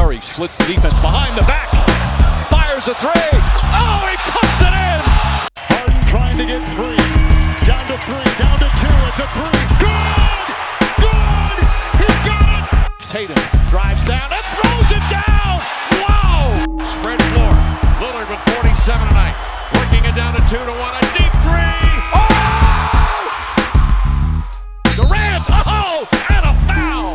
Murray splits the defense behind the back. Fires a three. Oh, he puts it in. Harden trying to get free. Down to three, down to two. It's a three. Good! Good! He got it! Tatum drives down and throws it down. Wow! Spread floor. Lillard with 47 tonight. Working it down to 2-1. A deep three. Oh! Durant. Oh! And a foul.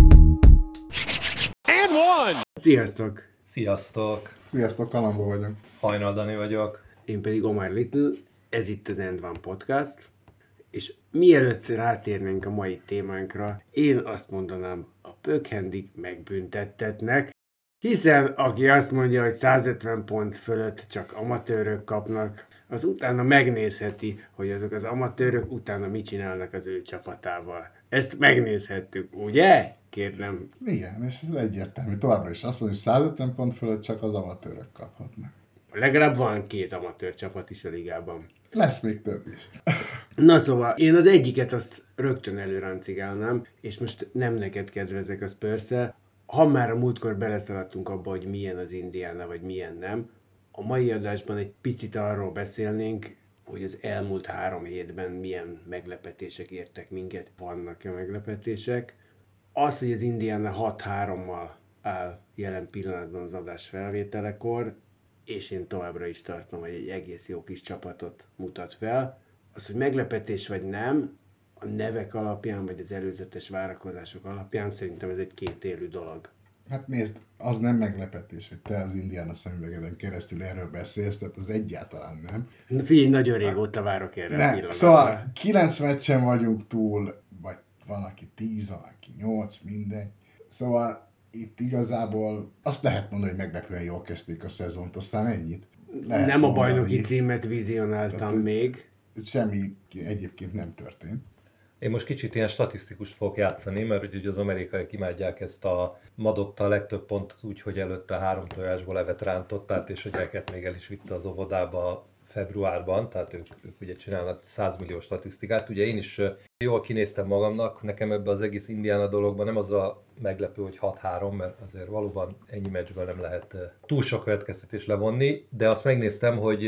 And one. Sziasztok! Sziasztok! Sziasztok, Kalambó vagyok. Hajnal Dani vagyok. Én pedig Omar Little, ez itt az End One Podcast, és mielőtt rátérnénk a mai témánkra, én azt mondanám, a pökhendik megbüntettetnek, hiszen aki azt mondja, hogy 150 pont fölött csak amatőrök kapnak, az utána megnézheti, hogy azok az amatőrök utána mit csinálnak az ő csapatával. Ezt megnézhettük, ugye? Kérdem. Igen, és ez egyértelmű. Továbbra is azt mondja, hogy 150 pont fölött csak az amatőrök kaphatnak. Legalább van 2 amatőr csapat is a ligában. Lesz még több is. Na szóval, én az egyiket azt rögtön előráncigálnám, és most nem neked kedvezek a Spurs-szel. Ha már a múltkor beleszaladtunk abba, hogy milyen az Indiana, vagy milyen nem, a mai adásban egy picit arról beszélnénk, hogy az elmúlt 3 hétben milyen meglepetések értek minket. Vannak-e meglepetések? Az, hogy az Indiana 6-3-mal áll jelen pillanatban az adás felvételekor, és én továbbra is tartom, hogy egy egész jó kis csapatot mutat fel. Az, hogy meglepetés vagy nem, a nevek alapján, vagy az előzetes várakozások alapján szerintem ez egy kétélű dolog. Hát nézd, az nem meglepetés, hogy te az Indiana szemüvegeden keresztül erről beszélsz, tehát az egyáltalán nem. Figyelj, nagyon régóta várok erre a pillanatra. Szóval 9 meccsen vagyunk túl, vagy van, aki 10, van, aki 8, mindegy. Szóval itt igazából azt lehet mondani, hogy meglepően jól kezdték a szezont, aztán ennyit. Lehet nem a mondani, bajnoki címet vizionáltam tehát, még. Semmi egyébként nem történt. Én most kicsit ilyen statisztikust fogok játszani, mert ugye az amerikaiak imádják ezt a ma dobta a legtöbb pontot úgy, hogy előtte 3 tojásból levet rántott át, és a gyereket még el is vitte az óvodába februárban, tehát ők ugye csinálnak 100 millió statisztikát. Ugye én is jól kinéztem magamnak, nekem ebbe az egész Indiana dologban nem az a meglepő, hogy 6-3, mert azért valóban ennyi meccsből nem lehet túl sok következtetés levonni, de azt megnéztem, hogy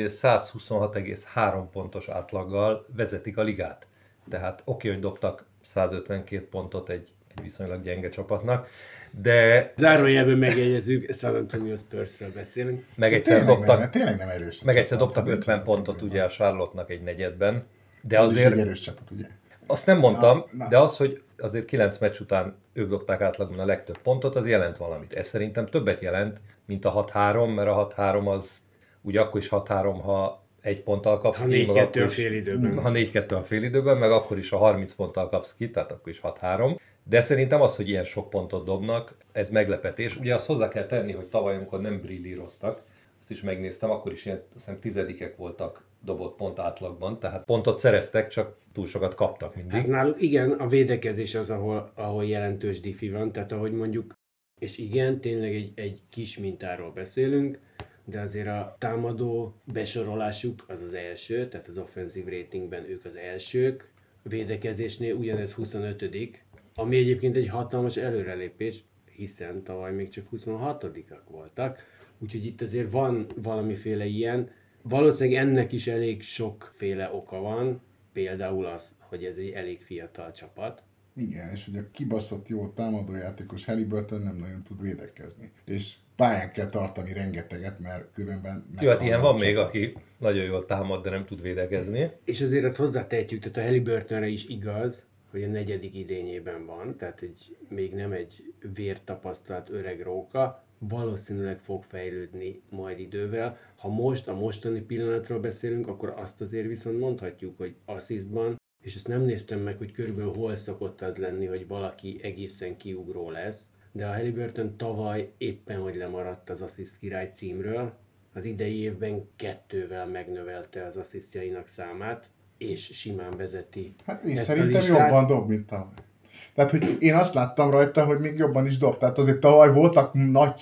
126,3 pontos átlaggal vezetik a ligát. Tehát oké, hogy dobtak 152 pontot egy viszonylag gyenge csapatnak, de... Zárójelben megjegyezzük, San Antonio Spursről beszélünk. Meg egyszer dobtak, tényleg nem erős. meg egyszer dobtak 50 pontot ugye a Charlotte-nak egy negyedben, de Ez is azért... egy erős csapat, ugye? Azt nem mondtam, Na. de az, hogy azért 9 meccs után ők dobták átlagban a legtöbb pontot, az jelent valamit. Ez szerintem többet jelent, mint a 6-3, mert a 6-3 az ugye akkor is 6-3, ha 1 ponttal kapsz Ha ki, 4-2 a félidőben. Ha 4-2 a félidőben, meg akkor is a 30 ponttal kapsz ki, tehát akkor is 6-3. De szerintem az, hogy ilyen sok pontot dobnak, ez meglepetés. Ugye azt hozzá kell tenni, hogy tavaly, amikor nem brillíroztak, azt is megnéztem, akkor is ilyen, azt hiszem 10-ek voltak dobott pont átlagban, tehát pontot szereztek, csak túl sokat kaptak mindig. Hát náluk igen, a védekezés az, ahol jelentős diffi van, tehát ahogy mondjuk, és igen, tényleg egy kis mintáról beszélünk, de azért a támadó besorolásuk az az első, tehát az offensive ratingben ők az elsők, védekezésnél ugyanez 25., ami egyébként egy hatalmas előrelépés, hiszen tavaly még csak 26-ak voltak, úgyhogy itt azért van valamiféle ilyen. Valószínűleg ennek is elég sokféle oka van, például az, hogy ez egy elég fiatal csapat. Igen, és ugye a kibaszott jó támadójátékos Haliburton nem nagyon tud védekezni. És pályán kell tartani rengeteget, mert különben... Jó, hát ilyen van még, aki nagyon jól támad, de nem tud védekezni. És azért azt hozzátehetjük, tehát a Haliburtonre is igaz, hogy a 4. idényében van, tehát még nem egy vértapasztalt öreg róka, valószínűleg fog fejlődni majd idővel. Ha most a mostani pillanatról beszélünk, akkor azt azért viszont mondhatjuk, hogy asszisztban, és ezt nem néztem meg, hogy körülbelül hol szokott az lenni, hogy valaki egészen kiugró lesz, de a Haliburton tavaly éppen, hogy lemaradt az assziszt király címről, az idei évben 2-vel megnövelte az asszisztjainak számát, és simán vezeti. Hát én ezt szerintem a listát. jobban dob, mint tavaly. Tehát, hogy én azt láttam rajta, hogy még jobban is dob. Tehát azért tavaly voltak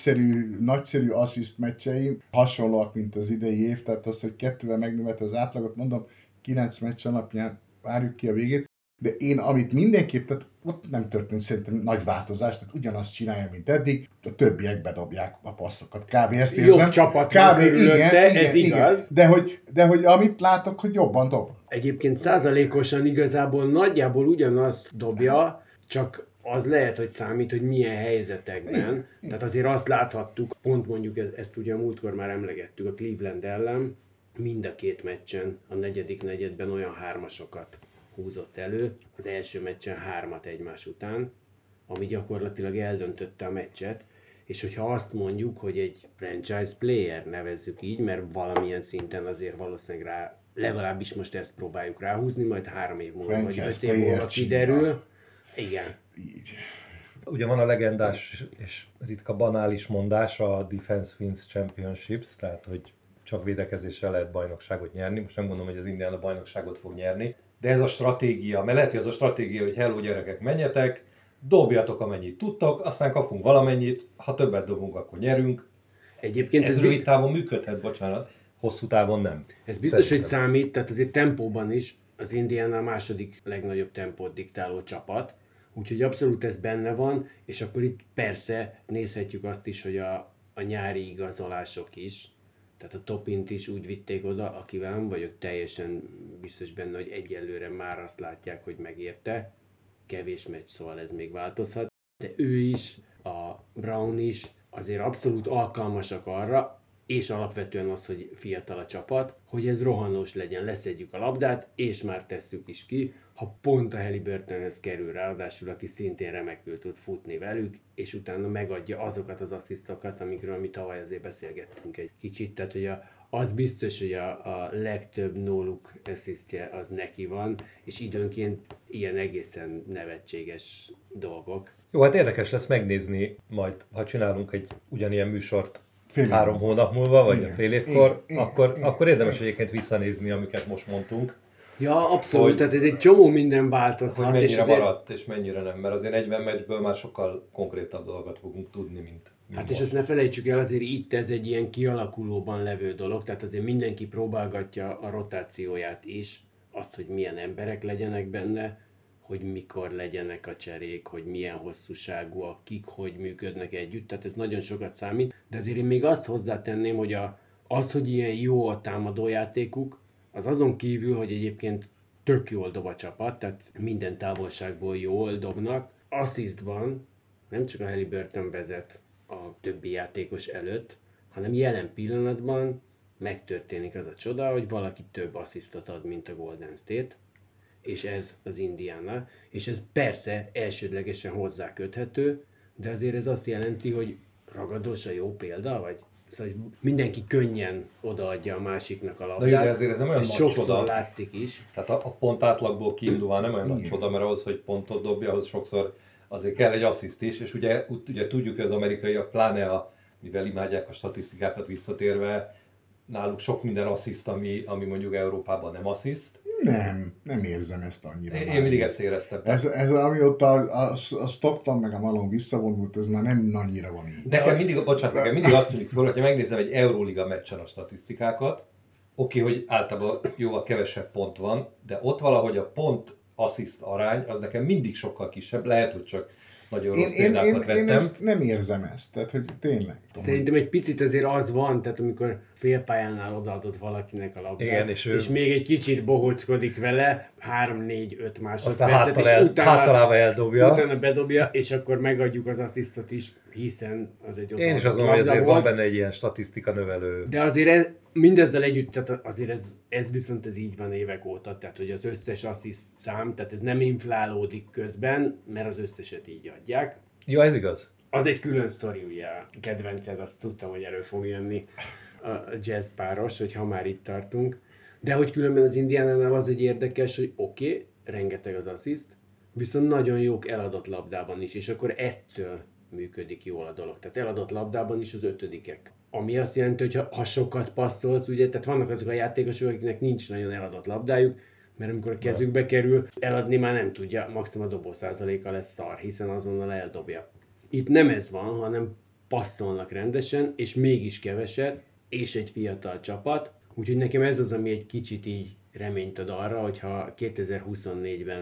nagyszerű assziszt meccseim, hasonlóak, mint az idei év, tehát az, hogy 2-vel megnövelte az átlagot, mondom, 9 meccs alapján várjuk ki a végét. De én, amit mindenképp, tehát ott nem történt szerintem nagy változás, tehát ugyanazt csinálja, mint eddig, a többiek bedobják a passzokat. Kb. Ezt érzem. Jobb csapat van körülötte, ez igaz. De hogy amit látok, hogy jobban dob. Egyébként százalékosan igazából nagyjából ugyanazt dobja, csak az lehet, hogy számít, hogy milyen helyzetekben. Tehát azért azt láthattuk, pont mondjuk ezt ugye a múltkor már emlegettük a Cleveland ellen, mind a két meccsen, a negyedik negyedben olyan hármasokat húzott elő, az első meccsen 3-at egymás után, ami gyakorlatilag eldöntötte a meccset, és hogyha azt mondjuk, hogy egy franchise player, nevezzük így, mert valamilyen szinten azért valószínűleg rá, legalábbis most ezt próbáljuk ráhúzni, majd 3 év múlva, vagy 5 év múlva kiderül. Igen. Így. Ugye van a legendás és ritka banális mondás, a Defense Wins Championships, tehát hogy csak védekezéssel lehet bajnokságot nyerni. Most nem gondolom, hogy az Indiana bajnokságot fog nyerni, de ez a stratégia, mert lehet, hogy az a stratégia, hogy hello gyerekek, menjetek, dobjatok amennyit tudtok, aztán kapunk valamennyit, ha többet dobunk, akkor nyerünk. Egyébként Ez rövid távon működhet, bocsánat, hosszú távon nem. Ez biztos, hogy számít, tehát azért tempóban is az Indiana a második legnagyobb tempót diktáló csapat, úgyhogy abszolút ez benne van, és akkor itt persze nézhetjük azt is, hogy a nyári igazolások is, tehát a Topint is úgy vitték oda, akivel nem vagyok teljesen biztos benne, hogy egyelőre már azt látják, hogy megérte. Kevés meccs, szóval ez még változhat. De ő is, a Brown is azért abszolút alkalmasak arra, és alapvetően az, hogy fiatal a csapat, hogy ez rohanós legyen, leszedjük a labdát, és már tesszük is ki, ha pont a Haliburtonhez kerül, ráadásul aki szintén remekül tud futni velük, és utána megadja azokat az asszisztokat, amikről mi tavaly azért beszélgettünk egy kicsit, tehát hogy az biztos, hogy a legtöbb no-look asszisztje az neki van, és időnként ilyen egészen nevetséges dolgok. Jó, hát érdekes lesz megnézni majd, ha csinálunk egy ugyanilyen műsort Fél év 3 hónap múlva, vagy Igen. a fél évkor, Igen. akkor érdemes egyébként visszanézni, amiket most mondtunk. Ja, abszolút, Hogy- tehát ez egy csomó minden Hogy változhat, és mennyire azért, maradt, és mennyire nem, mert azért 40 meccsből már sokkal konkrétabb dolgokat fogunk tudni, mint hát és most. ezt ne felejtsük el, azért itt ez egy ilyen kialakulóban levő dolog, tehát azért mindenki próbálgatja a rotációját is, azt, hogy milyen emberek legyenek benne, hogy mikor legyenek a cserék, hogy milyen hosszúságúak, kik hogy működnek együtt, tehát ez nagyon sokat számít, de azért én még azt hozzátenném, hogy az, hogy ilyen jó a támadójátékuk, az azon kívül, hogy egyébként tök jól dob a csapat, tehát minden távolságból jól dobnak, asszisztban nem csak a Haliburton vezet a többi játékos előtt, hanem jelen pillanatban megtörténik az a csoda, hogy valaki több asszisztot ad, mint a Golden State, és ez az Indiana, és ez persze elsődlegesen hozzá köthető, de azért ez azt jelenti, hogy Ragados a jó példa, vagy szóval hogy mindenki könnyen odaadja a másiknak a labdát, jó, de azért ez nem olyan és nagy sokszor csoda. látszik is. Tehát a pont átlagból kiindulva nem olyan nagy Igen. csoda, mert ahhoz, hogy pontot dobja, ahhoz sokszor azért kell egy assziszt is, és ugye tudjuk, hogy az amerikaiak, pláne mivel imádják a statisztikákat visszatérve, náluk sok minden assziszt, ami mondjuk Európában nem assziszt. Nem érzem ezt annyira. Én már. mindig ezt éreztem. Ez amióta a Stockton meg a Malone visszavonult, ez már nem annyira van így. Nekem mindig azt tűnik föl, hogyha megnézem egy Euróliga meccsen a statisztikákat, oké, hogy általában jóval kevesebb pont van, de ott valahogy a pont-assziszt arány az nekem mindig sokkal kisebb, lehet, hogy csak nagyon rossz példákat vettem. Én ezt nem érzem ezt, tehát hogy tényleg. Szerintem egy picit azért az van, tehát amikor félpályánál odaadott valakinek a labdát, Igen, és még egy kicsit bohóckodik vele, 3-4-5 Aztán másodpercet, és háttalával eldobja. utána bedobja, és akkor megadjuk az asszisztot is, hiszen az egy Én is odaadott azt gondolom, hogy labda azért volt. van benne egy ilyen statisztika növelő. De azért mindezzel együtt, tehát azért ez viszont ez így van évek óta, tehát hogy az összes assziszt szám, tehát ez nem inflálódik közben, mert az összeset így adják. Ja, ez igaz. Az egy külön sztori, ugye, a kedvenced, azt tudtam, hogy elő fog jönni a jazz páros, hogy ha már itt tartunk. De hogy különben az Indiánánál az egy érdekes, hogy oké, rengeteg az assziszt, viszont nagyon jók eladott labdában is, és akkor ettől működik jól a dolog. Tehát eladott labdában is az 5-ek. Ami azt jelenti, hogy ha sokat passzolsz, ugye, tehát vannak azok a játékosok, akiknek nincs nagyon eladott labdájuk, mert amikor a kezükbe kerül, eladni már nem tudja, maximum a dobószázaléka lesz szar, hiszen azonnal eldobja. Itt nem ez van, hanem passzolnak rendesen, és mégis keveset, és egy fiatal csapat. Úgyhogy nekem ez az, ami egy kicsit így reményt ad arra, hogyha 2024-ben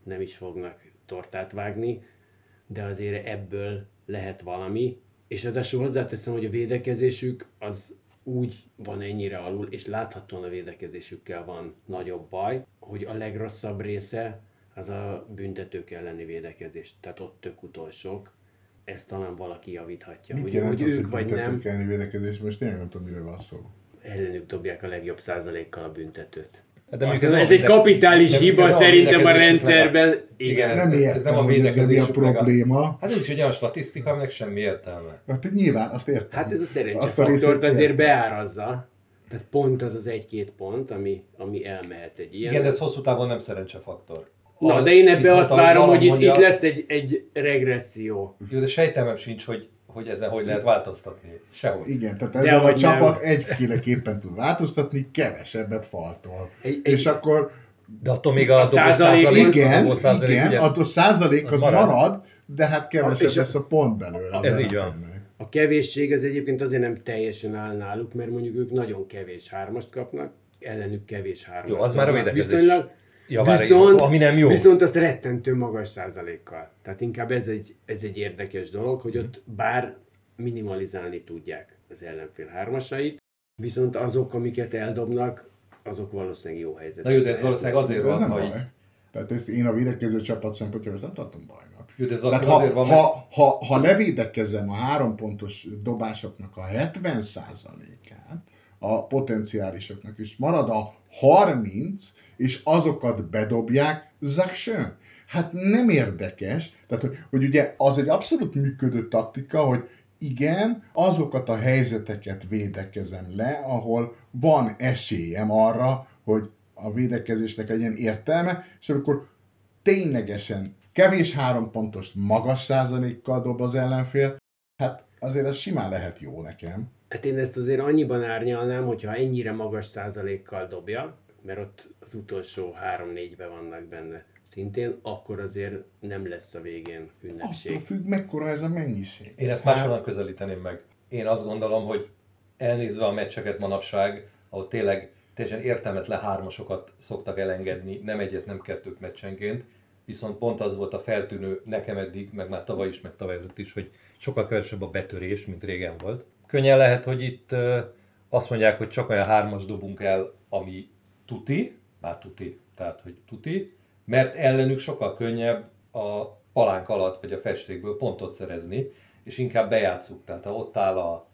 nem is fognak tortát vágni, de azért ebből lehet valami. És ráadásul hozzáteszem, hogy a védekezésük az úgy van ennyire alul, és láthatóan a védekezésükkel van nagyobb baj, hogy a legrosszabb része az a büntetők elleni védekezés. Tehát ott tök utolsók. Ezt talán valaki javíthatja. Mit hogy jelent hogy az, ők vagy nem, elleni védekezés? Most tényleg nem tudom, miről van szó. ellenük dobják a legjobb százalékkal a büntetőt. De Ez egy kapitális hiba szerintem a rendszerben. Igen, Nem ez értem, nem a hogy ez mi a védekezésük meg probléma. Hát ez is egy olyan statisztika, aminek semmi értelme. Hát nyilván, azt értem. Hát ez a Azt a szerencsefaktort részét azért értem. beárazza. Tehát pont az 1-2 pont, ami elmehet egy ilyen. Igen, de ez hosszú távon nem szerencsefaktor. Na, de én ebbe Viszont azt ahogy várom, hogy mondja, itt lesz egy regresszió. Jó, de sejtelmem sincs, hogy ezen hogy lehet változtatni. Sehogy. Igen, tehát ezzel a hogy nem. csapat egyféleképpen tud változtatni, kevesebbet faltol. Egy- És akkor De attól még a százalék- igen, ugye? attól százalék az marad, de hát kevesebb és lesz a pont belőle. az Ez így van. ellenfélnek. A kevésség az egyébként azért nem teljesen áll náluk, mert mondjuk ők nagyon kevés hármast kapnak, ellenük kevés hármast Jó, az már a kapnak. védekezés. Viszonylag, Javára, ami nem jó. Viszont az rettentő magas százalékkal. Tehát inkább ez egy érdekes dolog, hogy ott bár minimalizálni tudják az ellenfél hármasait, viszont azok, amiket eldobnak, azok valószínűleg jó helyzetben. Na jó, de ez valószínűleg azért De ez van, nem ha baj. így... Tehát ezt én a védekező csapat szempontjából ezt nem tartom bajnak. Jó, de ez Tehát valószínűleg azért van, mert... ha levédekezem a 3 pontos dobásoknak a 70%-át, a potenciálisoknak is marad a 30, és azokat bedobják, Zaksen. Hát nem érdekes, tehát hogy ugye az egy abszolút működő taktika, hogy igen, azokat a helyzeteket védekezem le, ahol van esélyem arra, hogy a védekezésnek legyen értelme, és amikor ténylegesen kevés 3 pontos magas százalékkal dob az ellenfél, hát azért ez simán lehet jó nekem. Hát én ezt azért annyiban árnyalnám, hogyha ennyire magas százalékkal dobja, mert ott az utolsó 3-4-ben vannak benne szintén, akkor azért nem lesz a végén Attól ünnepség. függ, mekkora ez a mennyiség. Én ezt máshonnan közelíteném meg. Én azt gondolom, hogy elnézve a meccseket manapság, ahol tényleg teljesen értelmetlen hármasokat szoktak elengedni, nem egyet, nem kettőt meccsenként, viszont pont az volt a feltűnő nekem eddig, meg már tavaly is, meg tavaly előtt is, hogy sokkal kevesebb a betörés, mint régen volt. Könnyen lehet, hogy itt azt mondják, hogy csak olyan hármas dobunk el, ami tuti, tehát hogy tuti, mert ellenük sokkal könnyebb a palánk alatt vagy a festékből pontot szerezni, és inkább bejátszuk. Tehát ha ott áll a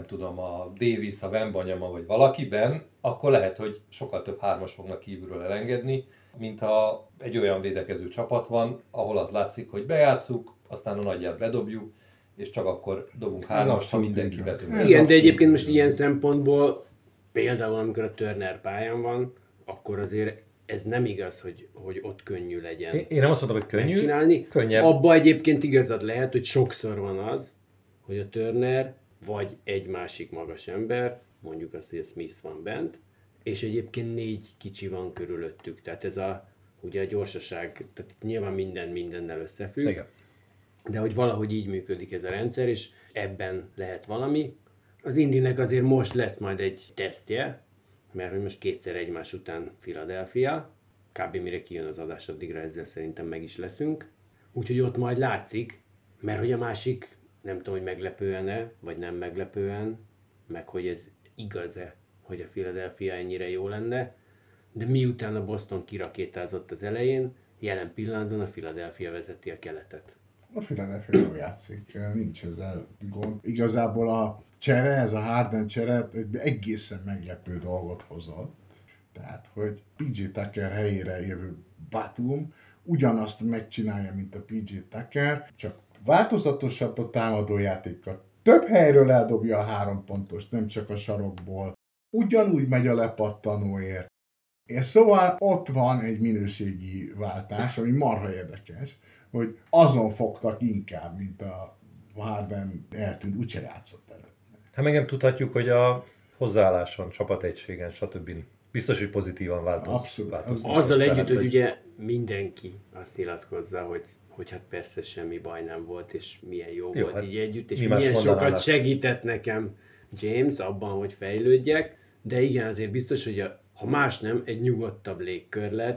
Davis, a Wembanyama vagy valakiben, akkor lehet, hogy sokkal több hármas fognak kívülről elengedni, mint ha egy olyan védekező csapat van, ahol az látszik, hogy bejátszuk, aztán a nagyját bedobjuk, és csak akkor dobunk hármast, ha abszolút mindenki így van. betöm. Ez Igen, de abszolút egyébként most így ilyen van. szempontból, például amikor a Turner pályán van, akkor azért ez nem igaz, hogy ott könnyű legyen Én nem azt mondom, hogy könnyű, csinálni. könnyebb. Abba egyébként igazad lehet, hogy sokszor van az, hogy a Turner vagy egy másik magas ember, mondjuk azt, hogy a Smith van bent, és egyébként 4 kicsi van körülöttük. Tehát ez ugye a gyorsaság, tehát nyilván minden mindennel összefügg. Igen. De hogy valahogy így működik ez a rendszer, és ebben lehet valami. Az Indinek azért most lesz majd egy tesztje, mert hogy most 2-szer egymás után Philadelphia, kb. Mire kijön az adás, addigra ezzel szerintem meg is leszünk. Úgyhogy ott majd látszik, mert hogy a másik, nem tudom, hogy meglepően-e, vagy nem meglepően, meg hogy ez igaz-e, hogy a Philadelphia ennyire jó lenne, de miután a Boston kirakétázott az elején, jelen pillanatban a Philadelphia vezeti a keletet. A Philadelphia jól játszik, nincs ezzel gond. Igazából a csere, ez a Harden csere egy egészen meglepő dolgot hozott. Tehát, hogy PJ Tucker helyére jövő Batum ugyanazt megcsinálja, mint a PJ Tucker, csak változatosabb a támadójátékkal. Több helyről eldobja a 3 pontost, nem csak a sarokból. Ugyanúgy megy a lepattanóért. És szóval ott van egy minőségi váltás, ami marha érdekes, hogy azon fogtak inkább, mint a Harden eltűnt, úgyse játszott előtt. Hát meg nem tudhatjuk, hogy a hozzáálláson, csapategységen, stb. Biztos, hogy pozitívan Abszolút. változik. Azzal Tehát, együtt, hogy ugye mindenki azt nyilatkozza, hogy hát persze semmi baj nem volt, és milyen jó Jó, volt hát így együtt, és mi más milyen mondanának? sokat segített nekem James abban, hogy fejlődjek, de igen, azért biztos, hogy ha más nem, egy nyugodtabb légkör lett,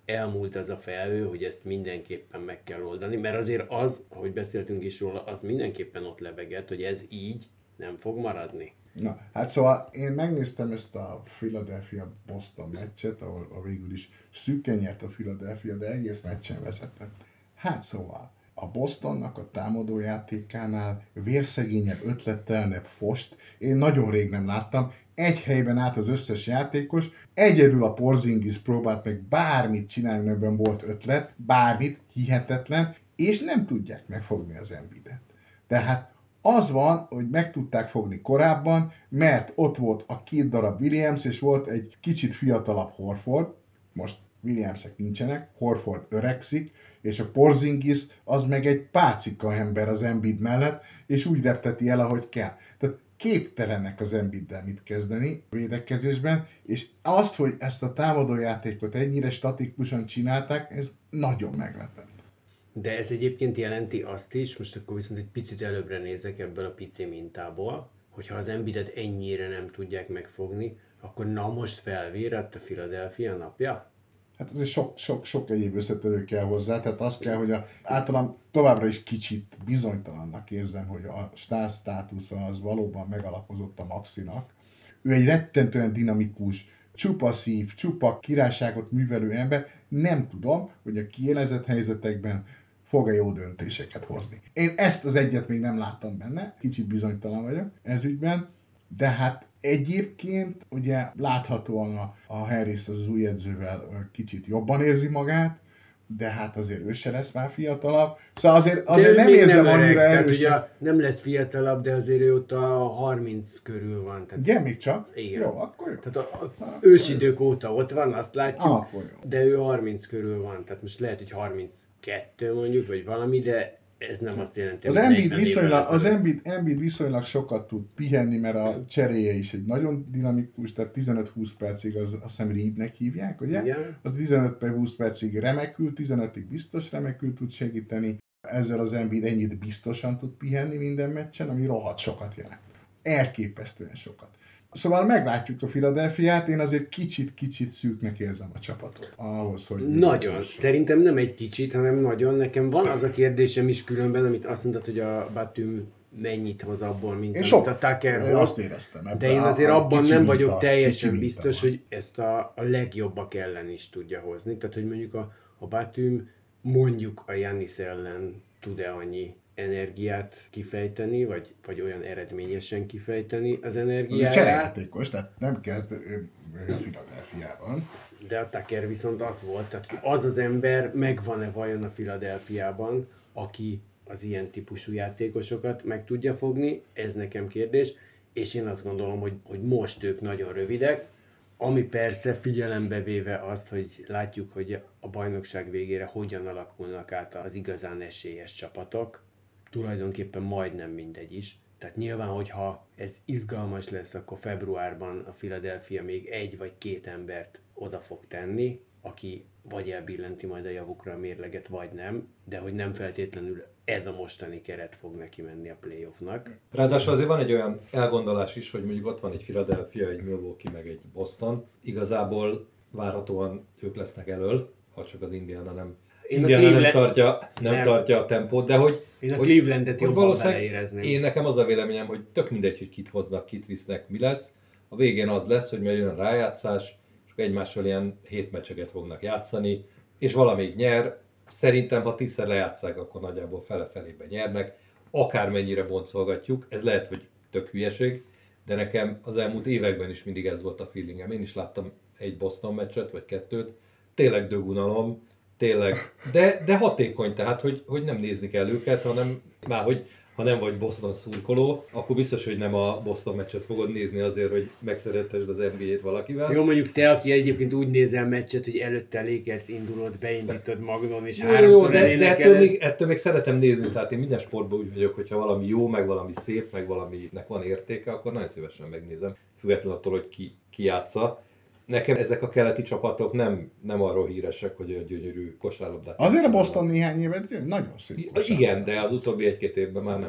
elmúlt az a felhő, hogy ezt mindenképpen meg kell oldani, mert azért az, ahogy beszéltünk is róla, az mindenképpen ott lebegett, hogy ez így nem fog maradni. Na, hát szóval én megnéztem ezt a Philadelphia-Boston meccset, ahol végül is szűken nyert a Philadelphia, de egész meccsen vezetett. Hát szóval, a Bostonnak a támadójátékánál vérszegényebb, ötlettelenebb fost én nagyon rég nem láttam. Egy helyben állt az összes játékos, egyedül a Porzingis próbált meg bármit csinálni, ebben volt ötlet, bármit, hihetetlen, és nem tudják megfogni az Embiidet. Tehát az van, hogy meg tudták fogni korábban, mert ott volt a 2 darab Williams, és volt egy kicsit fiatalabb Horford, most Williamsek nincsenek, Horford öregszik, és a Porzingis az meg egy pácika ember az Embiid mellett, és úgy repteti el, ahogy kell. Tehát képtelenek az Embiiddel mit kezdeni védekezésben, és azt, hogy ezt a támadójátékot ennyire statikusan csinálták, ez nagyon meglepett. De ez egyébként jelenti azt is, most akkor viszont egy picit előbbre nézek ebből a pici mintából, hogyha az Embiidet ennyire nem tudják megfogni, akkor na most felvírett a Philadelphia napja? Hát azért sok egyéb összetevő kell hozzá, tehát az kell, hogy általán továbbra is kicsit bizonytalannak érzem, hogy a sztár státusza az valóban megalapozott a Maxinak. Ő egy rettentően dinamikus, csupa szív, csupa királyságot művelő ember, nem tudom, hogy a kiélezett helyzetekben fog-e jó döntéseket hozni. Én ezt az egyet még nem láttam benne, kicsit bizonytalan vagyok ez ügyben, de hát egyébként ugye láthatóan a Harris az új edzővel kicsit jobban érzi magát, de hát azért ő se lesz már fiatalabb. Szóval azért nem érzem annyira erősnek. Nem lesz fiatalabb, de azért ő ott a 30 körül van. Tehát... Igen, még csak? Igen. Jó, akkor jó. Tehát ősidők óta ott van, azt látjuk, akkor jó. De ő 30 körül van. Tehát most lehet, hogy 32 mondjuk, vagy valami, de ez nem azt jelenti, hogy az Embiid viszonylag sokat tud pihenni, mert a cseréje is egy nagyon dinamikus, tehát 15-20 percig azt hiszem Reednek hívják, ugye? Igen. Az 15-20 percig remekül, 15-ig biztos remekül tud segíteni. Ezzel az Embiid ennyit biztosan tud pihenni minden meccsen, ami rohadt sokat jelent. Elképesztően sokat. Szóval meglátjuk a Philadelphiát, én azért kicsit szűknek érzem a csapatot. Ahhoz, hogy nagyon. Szerintem nem egy kicsit, hanem nagyon. Nekem van az a kérdésem is különben, amit azt mondtad, hogy a Batum mennyit hoz abból, mint én amit a Tucker hoz. Azt éreztem. De én azért abban nem vagyok teljesen biztos, hogy ezt a legjobbak ellen is tudja hozni. Tehát, hogy mondjuk a Batum mondjuk a Giannis ellen tud-e annyi energiát kifejteni, vagy olyan eredményesen kifejteni az energiáját. Ez egy cserejátékos, tehát nem kezd ő a Philadelphiában. De a Tucker viszont az volt, tehát az az ember megvan-e vajon a Philadelphiában, aki az ilyen típusú játékosokat meg tudja fogni, ez nekem kérdés, és én azt gondolom, hogy most ők nagyon rövidek, ami persze figyelembe véve azt, hogy látjuk, hogy a bajnokság végére hogyan alakulnak át az igazán esélyes csapatok, tulajdonképpen majdnem mindegy is. Tehát nyilván, hogyha ez izgalmas lesz, akkor februárban a Philadelphia még 1 vagy 2 embert oda fog tenni, aki vagy elbillenti majd a javukra a mérleget, vagy nem, de hogy nem feltétlenül ez a mostani keret fog neki menni a playoffnak. Ráadásul azért van egy olyan elgondolás is, hogy mondjuk ott van egy Philadelphia, egy Milwaukee, meg egy Boston. Igazából várhatóan ők lesznek elől, ha csak az Indiana nem tartja a tempót, de hogy én a Clevelandet jobban beleérezném. Én nekem az a véleményem, hogy tök mindegy, hogy kit hoznak, kit visznek, mi lesz. A végén az lesz, hogy majd jön a rájátszás, és egymással ilyen 7 meccseket fognak játszani, és valamelyik nyer. Szerintem, ha 10-szer lejátszák, akkor nagyjából fele-felébe nyernek. Akármennyire boncolgatjuk, ez lehet, hogy tök hülyeség, de nekem az elmúlt években is mindig ez volt a feelingem. Én is láttam egy Boston meccset, vagy 2, tényleg dögunalom, tényleg, de hatékony, tehát, hogy nem nézni kell őket, hanem már, hogy ha nem vagy Boston szurkoló, akkor biztos, hogy nem a Boston meccset fogod nézni azért, hogy megszeretesd az NBA-t valakivel. Jó, mondjuk te, aki egyébként úgy nézel meccset, hogy előtte a Lakers indulod, beindítod magnon, és háromszor elénekeled. De ettől még szeretem nézni, tehát én minden sportban úgy vagyok, hogyha valami jó, meg valami szép, meg valaminek van értéke, akkor nagyon szívesen megnézem, függetlenül attól, hogy ki játsza. Nekem ezek a keleti csapatok nem arról híresek, hogy olyan gyönyörű kosárlabdát. Azért a Boston néhány évet nagyon szép kosárlabdát. Igen, de az utóbbi 1-2 évben már nem.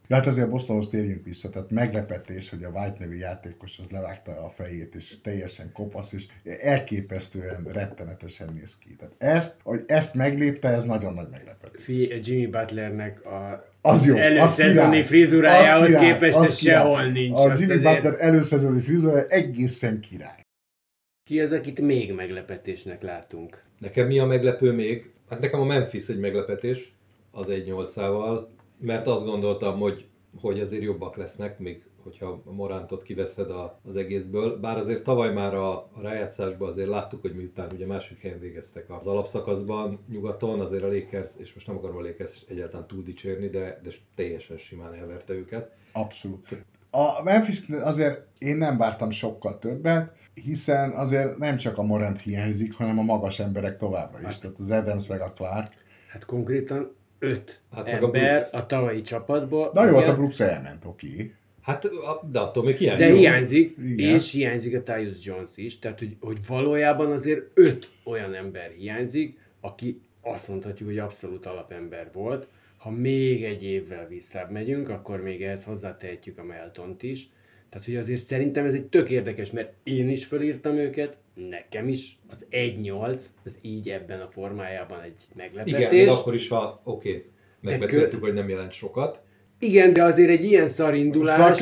Ja, hát azért Bostonhoz térjünk vissza, tehát meglepetés, hogy a White nevű játékos az levágta a fejét, és teljesen kopasz, és elképesztően, rettenetesen néz ki. Tehát ezt meglépte, ez nagyon nagy meglepetés. Jimmy Butlernek Az jó, előszezoni frizurájához képest ez sehol nincs. A Jimmy Butler előszezoni frizurája egészen király. Ki az, akit még meglepetésnek látunk? Nekem mi a meglepő még? Hát nekem a Memphis egy meglepetés, az 1-8-ával, mert azt gondoltam, hogy azért jobbak lesznek, még hogyha a Morantot kiveszed az egészből. Bár azért tavaly már a rájátszásban azért láttuk, hogy miután ugye második helyen végeztek az alapszakaszban nyugaton, azért a Lakers, és most nem akarom a Lakers egyáltalán túl dicsérni, de teljesen simán elverte őket. Abszolút. A Memphis azért én nem vártam sokkal többet, hiszen azért nem csak a Morant hiányzik, hanem a magas emberek továbbra is. Tehát az Adams meg a Clark. Hát konkrétan 5 Hát ember a tavalyi csapatból. Na jó, hát a Brooks elment, oké. Hát, de attól még hiányzik. De hiányzik, Igen. és hiányzik a Tyus Jones is, tehát hogy valójában azért 5 olyan ember hiányzik, aki azt mondhatjuk, hogy abszolút alapember volt. Ha még egy évvel visszább megyünk, akkor még ehhez hozzátehetjük a Meltont is. Tehát, hogy azért szerintem ez egy tök érdekes, mert én is felírtam őket, nekem is az 1-8, az így ebben a formájában egy meglepetés. Igen, még akkor is, ha megbeszéltük, hogy nem jelent sokat. Igen, de azért egy ilyen szarindulás,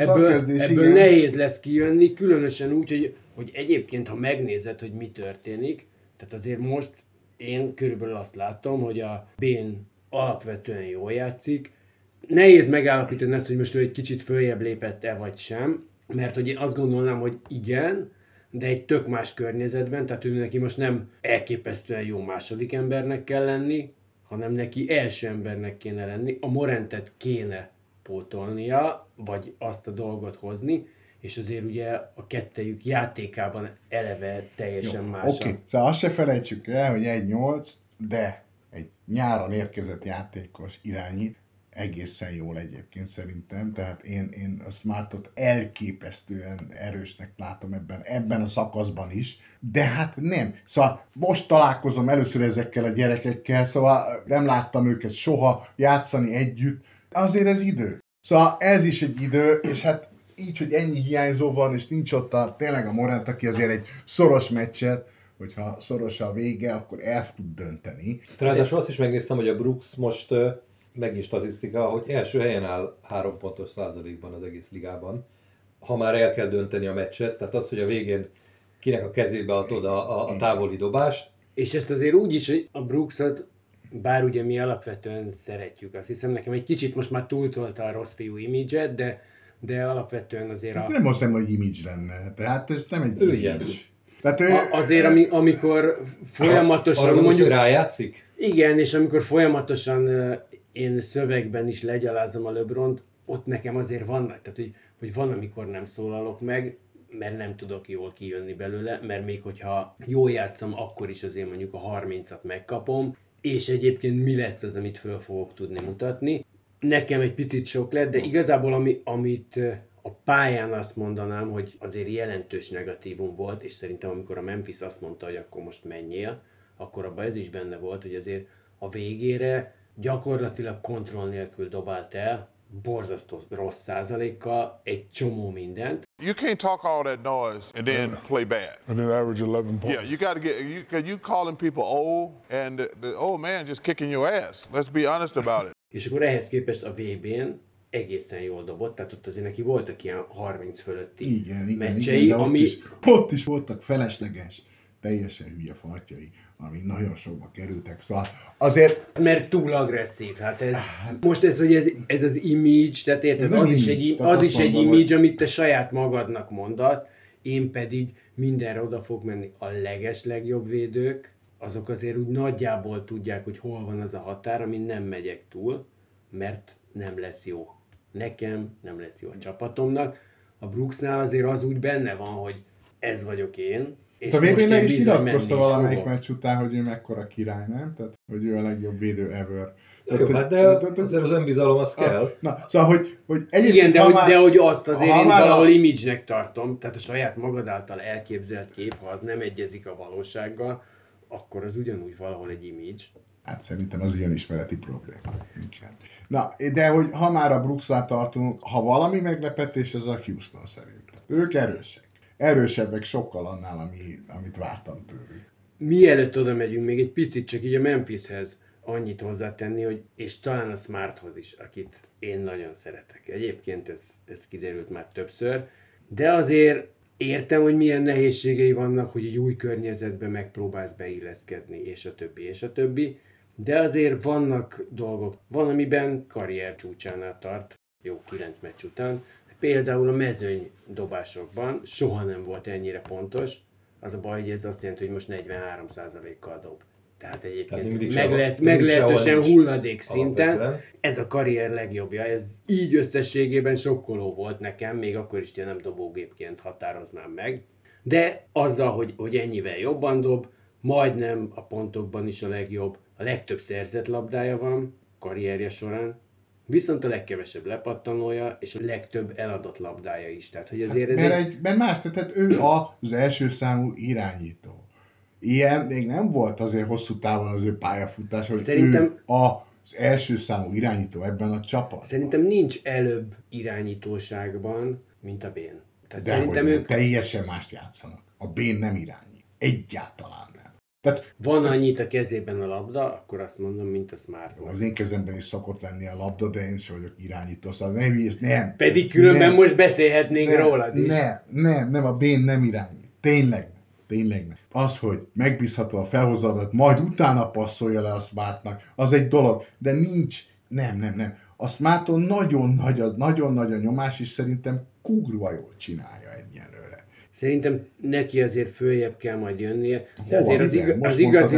ebből nehéz lesz kijönni, különösen úgy, hogy egyébként, ha megnézed, hogy mi történik, tehát azért most én körülbelül azt látom, hogy a Bane alapvetően jól játszik. Nehéz megállapítani ezt, hogy most ő egy kicsit följebb lépett-e vagy sem, mert hogy én azt gondolnám, hogy igen, de egy tök más környezetben, tehát ő neki most nem elképesztően jó második embernek kell lenni, hanem neki első embernek kéne lenni, a Morantet kéne pótolnia, vagy azt a dolgot hozni, és azért ugye a kettejük játékában eleve teljesen más. Oké, szóval azt se felejtsük el, hogy 1-8, de egy nyáron érkezett játékos irányít, egészen jól egyébként szerintem, tehát én a Smartot elképesztően erősnek látom ebben a szakaszban is, de hát nem. Szóval most találkozom először ezekkel a gyerekekkel, szóval nem láttam őket soha játszani együtt, azért ez idő. Szóval ez is egy idő, és hát így, hogy ennyi hiányzó van, és nincs ott tényleg a Morant, aki azért egy szoros meccset, hogyha szoros a vége, akkor el tud dönteni. Ráadásul azt is megnéztem, hogy a Brooks most megint statisztika, hogy első helyen áll 3 pontos százalékban az egész ligában. Ha már el kell dönteni a meccset, tehát az, hogy a végén kinek a kezébe adod a távoli dobást. És ezt azért úgy is, hogy a Brooksot, bár ugye mi alapvetően szeretjük, azt hiszem nekem egy kicsit most már túltolta a rossz fiú imidzset, de alapvetően azért ez nem azt hiszem, hogy image lenne, tehát ez nem egy image. Tehát azért, amikor folyamatosan arra mondjuk rájátszik? Igen, és amikor folyamatosan én szövegben is legyalázom a LeBront, ott nekem azért vannak, tehát hogy van, amikor nem szólalok meg, mert nem tudok jól kijönni belőle, mert még hogyha jól játszom, akkor is azért mondjuk a 30-at megkapom, és egyébként mi lesz az, amit föl fogok tudni mutatni. Nekem egy picit sok lett, de igazából amit a pályán azt mondanám, hogy azért jelentős negatívum volt, és szerintem amikor a Memphis azt mondta, hogy akkor most menjél, akkor abban ez is benne volt, hogy azért a végére gyakorlatilag kontroll nélkül dobált el, borzasztó rossz százalékkal egy csomó mindent. You can't talk all that noise and then play bad. And then average 11 points. Yeah, you got to get, because you calling people old and the old man just kicking your ass. Let's be honest about it. És akkor ehhez képest a VB-n egészen jól dobott, tehát ott azért neki voltak ilyen 30 fölötti meccsei, igen, ami... Ott is voltak felesleges, teljesen hülye fartjai, ami nagyon sokba kerültek, szóval azért... Mert túl agresszív, hát ez... Most ez, hogy ez az image, tehát érted, az is egy image, amit te saját magadnak mondasz, én pedig mindenre oda fog menni. A legjobb védők, azok azért úgy nagyjából tudják, hogy hol van az a határ, amin nem megyek túl, mert nem lesz jó. Nekem nem lesz jó a csapatomnak. A Brooksnál azért az úgy benne van, hogy ez vagyok én. És a VB-nek is nyilatkozta valamelyik meccs után, hogy ő mekkora király, nem? Tehát, hogy ő a legjobb védő ever. Jó, hát de azért az önbizalom az kell. Na, szóval, hogy igen, de hogy azt azért én valahol image-nek tartom, tehát a saját magad által elképzelt kép, ha az nem egyezik a valósággal, akkor az ugyanúgy valahol egy image. Hát szerintem az önismereti probléma. Inkább. Na, de hogy ha már a Brooksnál tartunk, ha valami meglepetés, az a Houston szerintem. Ők erősek. Erősebbek sokkal annál, amit vártam tőlük. Mielőtt oda megyünk, még egy picit csak így a Memphishez annyit hozzátenni, hogy és talán a Smarthoz is, akit én nagyon szeretek. Egyébként ez kiderült már többször, de azért értem, hogy milyen nehézségei vannak, hogy egy új környezetbe megpróbálsz beilleszkedni, és a többi, és a többi. De azért vannak dolgok, van, amiben karrier csúcsánál tart, jó 9 meccs után. Például a mezőny dobásokban soha nem volt ennyire pontos. Az a baj, hogy ez azt jelenti, hogy most 43%-kal dob. Tehát egyébként meglehetősen hulladék szinten. Alapvetően. Ez a karrier legjobbja. Ez így összességében sokkoló volt nekem, még akkor is, hogy nem dobógépként határoznám meg. De azzal, hogy ennyivel jobban dob, majdnem a pontokban is a legjobb, a legtöbb szerzett labdája van karrierje során, viszont a legkevesebb lepattanója, és a legtöbb eladott labdája is. Tehát, hogy azért mert más, tehát ő az első számú irányító. Ilyen még nem volt azért hosszú távon az ő pályafutás, hogy szerintem ő az első számú irányító ebben a csapatban. Szerintem nincs előbb irányítóságban, mint a Bén. Tehát de szerintem ők teljesen mást játszanak. A Bén nem irányít. Egyáltalán nem. Tehát, van annyit a kezében a labda, akkor azt mondom, mint a Smart. Az én kezemben is szokott lenni a labda, de én sem vagyok irányító, szóval nem. Pedig különben most beszélhetnénk rólad is. Nem, a Bén nem irányít. Tényleg nem. Az, hogy megbízható a felhozadat, majd utána passzolja le a Smartnak, az egy dolog, de nincs, nem. A Smarton nagyon nagy a nyomás, és szerintem kurva jól csinálja egyenlőre. Szerintem neki azért följebb kell majd jönnie, de azért az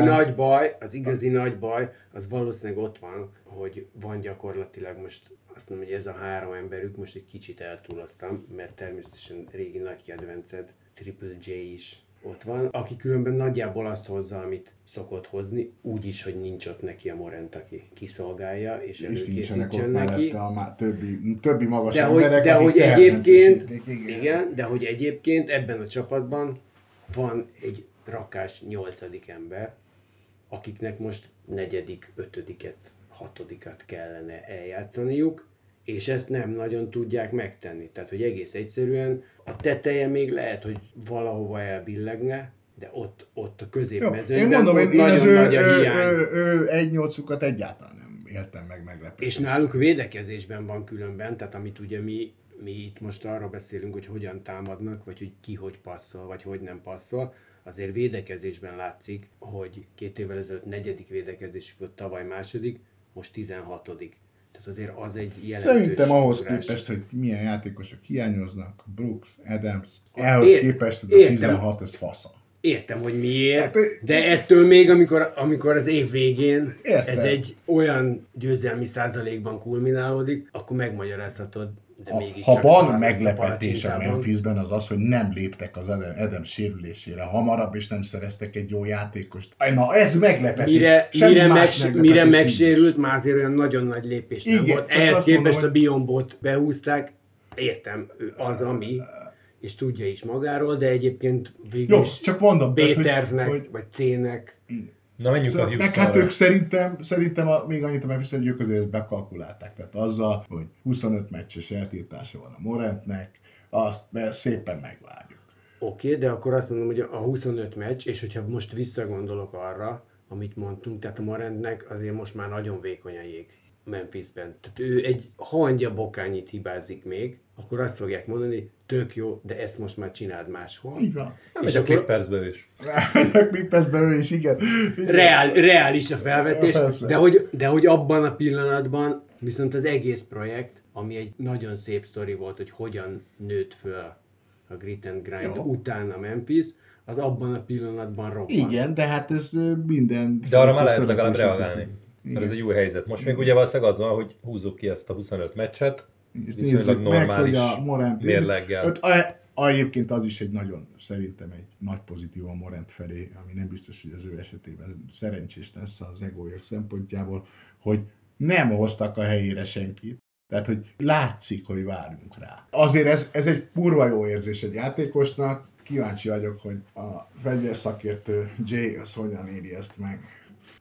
igazi nagy baj, az valószínűleg ott van, hogy van gyakorlatilag most, azt mondom, hogy ez a 3 emberük, most egy kicsit eltúloztam, mert természetesen régi nagy kedvenced, Triple J is ott van, aki különben nagyjából azt hozza, amit szokott hozni, úgy is, hogy nincs ott neki a Morant, aki kiszolgálja, és előkészítsen neki. A többi magas emberek, de hogy egyébként ebben a csapatban van egy rakás 8. ember, akiknek most 4., 5., 6. kellene eljátszaniuk, és ezt nem nagyon tudják megtenni. Tehát, hogy egész egyszerűen a teteje még lehet, hogy valahova elbillegne, de ott a középmezőnyben nagyon nagy a hiány. Ő 1-8-ukat egyáltalán nem éltem meg meglepetést. És náluk védekezésben van különben, tehát amit ugye mi itt most arról beszélünk, hogy hogyan támadnak, vagy hogy ki hogy passzol, vagy hogy nem passzol, azért védekezésben látszik, hogy 2 évvel ezelőtt 4. védekezésük volt, tavaly 2., most 16. Tehát azért az egy jelentős szerintem ahhoz képest, hogy milyen játékosok hiányoznak, Brooks, Adams, ehhez képest ez a 16, ez fasza. Értem, hogy miért, de ettől még, amikor az év végén ez egy olyan győzelmi százalékban kulminálódik, akkor megmagyarázhatod, de mégis ha van meglepetés a Memphisben, az, hogy nem léptek az Adams sérülésére hamarabb, és nem szereztek egy jó játékost. Na, ez meglepetés. Mire megsérült, már azért olyan nagyon nagy lépés nem volt. Ehhez képest a Biombot behúzták, értem, az ami, és tudja is magáról, de egyébként végül is B-tervnek, vagy C-nek. Na, menjünk a Houstonra. Meg hát ők szerintem még annyit a Memphis, hogy ők azért ezt bekalkulálták. Tehát azzal, hogy 25 meccses eltiltása van a Morantnek, azt szépen megvárjuk. Oké, de akkor azt mondom, hogy a 25 meccs, és hogyha most visszagondolok arra, amit mondtunk, tehát a Morantnek azért most már nagyon vékony a jég Memphisben. Tehát ő egy hangya bokányit hibázik még, akkor azt fogják mondani, tök jó, de ezt most már csináld máshol. Így van. És a Clippersbe is. A Clippersbe ő is, igen. Reális a felvetés, de hogy abban a pillanatban viszont az egész projekt, ami egy nagyon szép sztori volt, hogy hogyan nőtt föl a Grit and Grind után a Memphis, az abban a pillanatban robbant. Igen, de hát ez minden... De arra már lehet legalább reagálni. Mert ez egy új helyzet. Most még ugye valószínűleg az van, hogy húzzuk ki ezt a 25 meccset, viszonylag normális mérleggel. Egyébként az is egy nagyon, szerintem egy nagy pozitív a Morant felé, ami nem biztos, hogy az ő esetében szerencsés lesz az egójuk szempontjából, hogy nem hoztak a helyére senkit. Tehát, hogy látszik, hogy várunk rá. Azért ez egy kurva jó érzés egy játékosnak. Kíváncsi vagyok, hogy a fegyverszakértő Jay az hogyan éri ezt meg.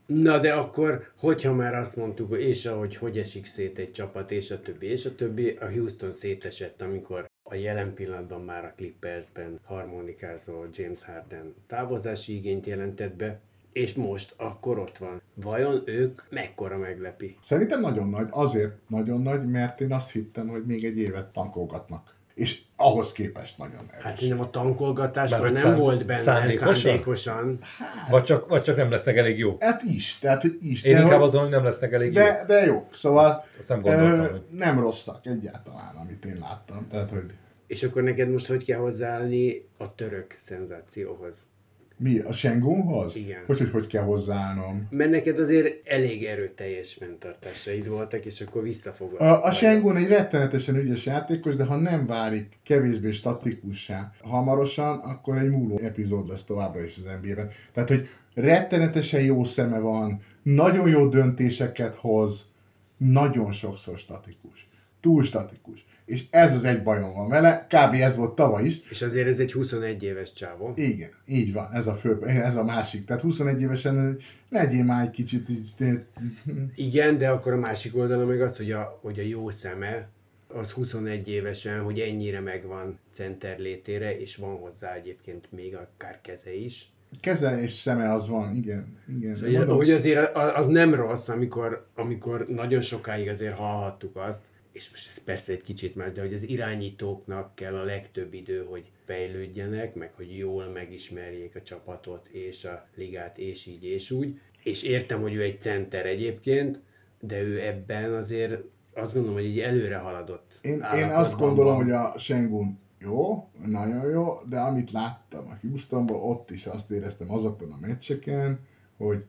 Na de akkor, hogyha már azt mondtuk, és hogy esik szét egy csapat, és a többi, a Houston szétesett, amikor a jelen pillanatban már a Clippersben harmonikázó James Harden távozási igényt jelentett be, és most akkor ott van. Vajon ők mekkora meglepi? Szerintem nagyon nagy, azért nagyon nagy, mert én azt hittem, hogy még egy évet tankolgatnak. És ahhoz képest nagyon erős. Hát szerintem a tankolgatásban Mert nem volt benne szándékosan? Vagy csak nem lesznek elég jó. Hát is. Én inkább azon, hogy nem lesznek elég jó. De jó, szóval Azt nem gondoltam, hogy... nem rosszak egyáltalán, amit én láttam. Tehát, hogy És akkor neked most hogy kell hozzáállni a török szenzációhoz? mi, a Sengunhoz? Igen. Hogy kell hozzáállnom? Mert neked azért elég erőteljes fenntartásaid voltak, és akkor visszafogod. A Sengun egy rettenetesen ügyes játékos, de ha nem válik kevésbé statikussá hamarosan, akkor egy múló epizód lesz továbbra is az NBA-ben. Tehát, hogy rettenetesen jó szeme van, nagyon jó döntéseket hoz, nagyon sokszor statikus. Túl statikus. És ez az egy bajom van vele, kb. Ez volt tavaly is. És azért ez egy 21 éves csávó. Igen, így van, ez a másik. Tehát 21 évesen legyél már egy kicsit így... Igen, de akkor a másik oldala meg az, hogy a jó szeme, az 21 évesen, hogy ennyire megvan center létére, és van hozzá egyébként még akár keze is. Keze és szeme az van, igen. Hogy azért az nem rossz, amikor nagyon sokáig azért hallhattuk azt, és most ez persze egy kicsit más, de hogy az irányítóknak kell a legtöbb idő, hogy fejlődjenek, meg hogy jól megismerjék a csapatot és a ligát, és így és úgy. És értem, hogy ő egy center egyébként, de ő ebben azért azt gondolom, hogy így előre haladott. Én azt gondolom, hogy a Sengun jó, nagyon jó, de amit láttam a Houstonból, ott is azt éreztem azokon a meccseken, hogy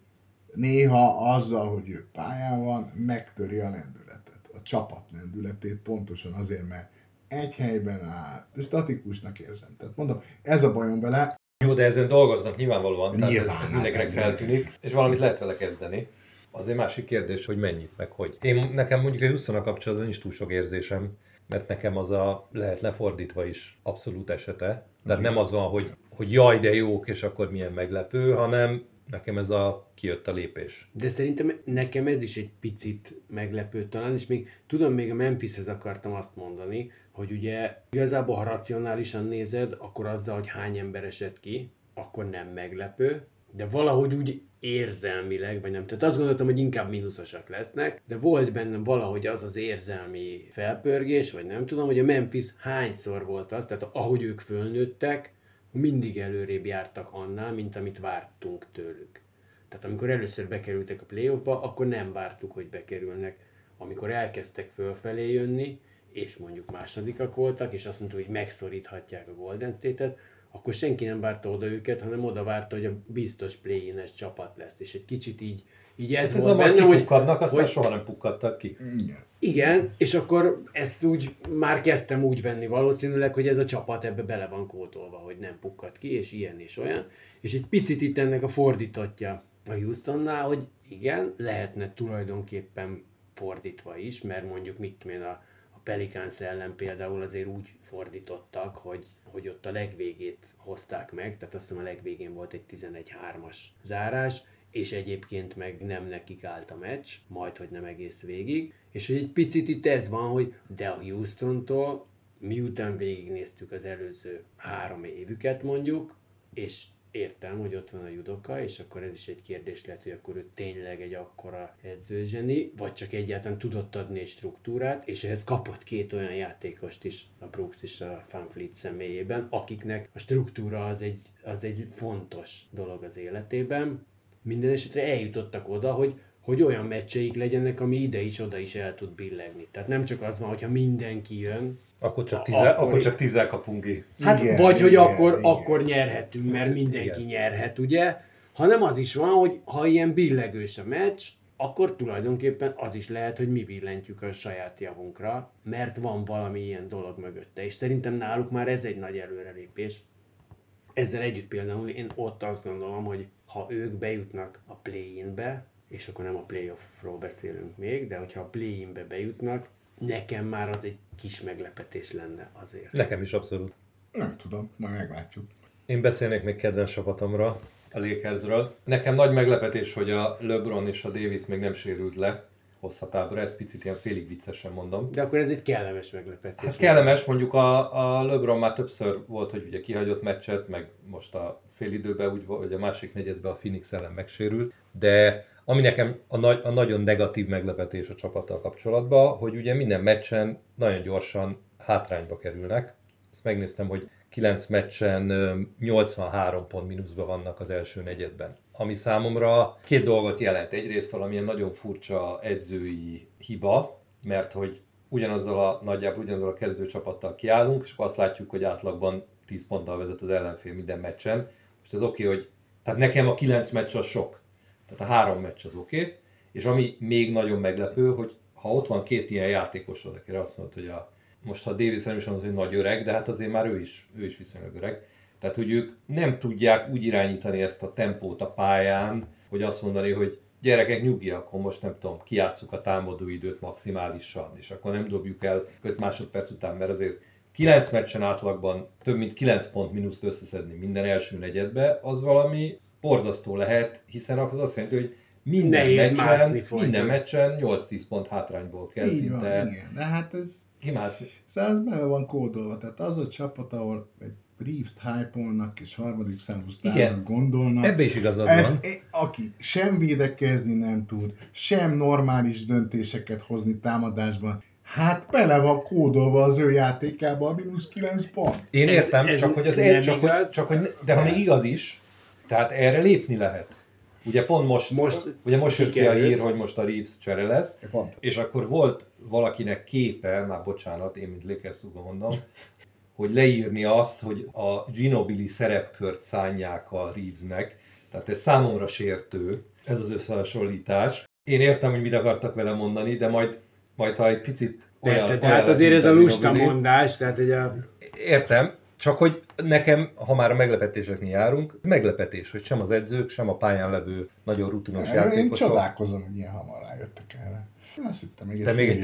néha azzal, hogy ő pályán van, megtöri a lendületet. A csapat lendületét pontosan azért, mert egy helyben áll. De statikusnak érzem. Tehát mondom, ez a bajom vele. Jó, de ezen dolgoznak nyilvánvalóan, tehát ez mindenkinek hát feltűnik, és valamit lehet vele kezdeni. Azért másik kérdés, hogy mennyit, meg hogy. Nekem mondjuk a Houstonnal kapcsolatban nincs túl sok érzésem, mert nekem az lehet lefordítva is abszolút esete. Tehát nem az van, hogy jaj, de jók, és akkor milyen meglepő, hanem nekem ez kijött a lépés. De szerintem nekem ez is egy picit meglepő talán, és még a Memphishez akartam azt mondani, hogy ugye igazából, ha racionálisan nézed, akkor azzal, hogy hány ember esett ki, akkor nem meglepő, de valahogy úgy érzelmileg, vagy nem. Tehát azt gondoltam, hogy inkább mínuszosak lesznek, de volt bennem valahogy az érzelmi felpörgés, vagy nem tudom, hogy a Memphis hányszor volt az, tehát ahogy ők fölnőttek, mindig előrébb jártak annál, mint amit vártunk tőlük. Tehát amikor először bekerültek a playoffba, akkor nem vártuk, hogy bekerülnek. Amikor elkezdtek fölfelé jönni, és mondjuk másodikak voltak, és azt mondtuk, hogy megszoríthatják a Golden State-et, akkor senki nem várta oda őket, hanem oda várta, hogy a biztos play-in-es csapat lesz. És egy kicsit így ez volt benne, hogy pukkadnak, aztán soha nem pukkadtak ki. Igen, és akkor ezt úgy már kezdtem úgy venni valószínűleg, hogy ez a csapat ebbe bele van kódolva, hogy nem pukkad ki, és ilyen és olyan. És egy picit itt ennek a fordítottja a Houstonnál, hogy igen, lehetne tulajdonképpen fordítva is, mert mondjuk a Pelicans ellen például azért úgy fordítottak, hogy ott a legvégét hozták meg, tehát azt hiszem a legvégén volt egy 11-3-as zárás, és egyébként meg nem nekik állt a meccs, majdhogy nem egész végig, és hogy egy picit itt ez van, hogy de a Houstontól, miután végignéztük az előző 3 évüket mondjuk, és értem, hogy ott van a Judoka, és akkor ez is egy kérdés lehet, hogy akkor ő tényleg egy akkora edzőzseni, vagy csak egyáltalán tudott adni egy struktúrát, és ehhez kapott 2 olyan játékost is, a Brooks és a VanVleet személyében, akiknek a struktúra az egy fontos dolog az életében. Minden esetre eljutottak oda, hogy olyan meccseik legyenek, ami ide is, oda is el tud billegni. Tehát nem csak az van, hogyha mindenki jön, akkor csak 10 kapunk ki. Hát igen, vagy, hogy igen, akkor nyerhetünk, mert mindenki nyerhet, ugye? Hanem az is van, hogy ha ilyen billegős a meccs, akkor tulajdonképpen az is lehet, hogy mi billentjük a saját javunkra, mert van valami ilyen dolog mögötte. És szerintem náluk már ez egy nagy előrelépés. Ezzel együtt például én ott azt gondolom, hogy ha ők bejutnak a play-inbe, és akkor nem a playoffról beszélünk még, de hogyha a play-inbe bejutnak, nekem már az egy kis meglepetés lenne azért. Nekem is abszolút. Nem tudom, majd meglátjuk. Én beszélnék még kedvenc csapatomra, a Lakersről. Nekem nagy meglepetés, hogy a LeBron és a Davis még nem sérült le hosszatábra, ezt picit ilyen félig viccesen mondom. De akkor ez egy kellemes meglepetés. Hát kellemes, mondjuk a LeBron már többször volt, hogy ugye kihagyott meccset, meg most a félidőben úgy volt, hogy a másik negyedben a Phoenix ellen megsérült, de ami nekem a nagyon negatív meglepetés a csapattal kapcsolatban, hogy ugye minden meccsen nagyon gyorsan hátrányba kerülnek. Ezt megnéztem, hogy 9 meccsen 83 pont mínuszban vannak az első negyedben. Ami számomra két dolgot jelent. Egyrészt valamilyen nagyon furcsa edzői hiba, mert hogy nagyjából ugyanazzal a kezdőcsapattal kiállunk, és akkor azt látjuk, hogy átlagban 10 ponttal vezet az ellenfél minden meccsen. Most ez oké, hogy tehát nekem a 9 meccs az sok. Tehát a 3 meccs az oké. És ami még nagyon meglepő, hogy ha ott van két ilyen játékosod, akire azt mondod, hogy most ha Davis nem is mondod, hogy nagy öreg, de hát azért már ő is viszonylag öreg. Tehát, hogy ők nem tudják úgy irányítani ezt a tempót a pályán, hogy azt mondani, hogy gyerekek, nyugi, akkor most nem tudom, kijátsszuk a támadóidőt maximálisan, és akkor nem dobjuk el 5 másodperc után, mert azért 9 meccsen átlagban több mint 9 pont mínuszt összeszedni minden első negyedbe, az valami borzasztó lehet, hiszen az azt jelenti, hogy minden meccsen 8-10 pont hátrányból kell így szinte van, igen. De hát ez kimászni. Szóval ez bele van kódolva, tehát az a csapat, ahol egy Reeves-t hype-olnak és harmadik számú sztárnak gondolnak. Ebbe is igazad van. Aki sem védekezni nem tud, sem normális döntéseket hozni támadásban, hát bele van kódolva az ő játékába a -9 pont. Én értem, csak hogy de ha még igaz is, tehát erre lépni lehet. Ugye pont most jött ki a hír, hogy most a Reeves csere lesz, és akkor volt valakinek képe, már bocsánat, én mint Lakers mondom, hogy leírni azt, hogy a Ginobili szerepkört szánják a Reevesnek, tehát ez számomra sértő, ez az összehasonlítás. Én értem, hogy mit akartak vele mondani, de majd ha egy picit persze, de hát azért ez a lusta mondás, tehát hogy Értem, csak hogy nekem, ha már a meglepetéseknél járunk, meglepetés, hogy sem az edzők, sem a pályán levő nagyon rutinos játékosok. Én csodálkozom, hogy ilyen hamar rájöttek erre. Azt hittem, még egy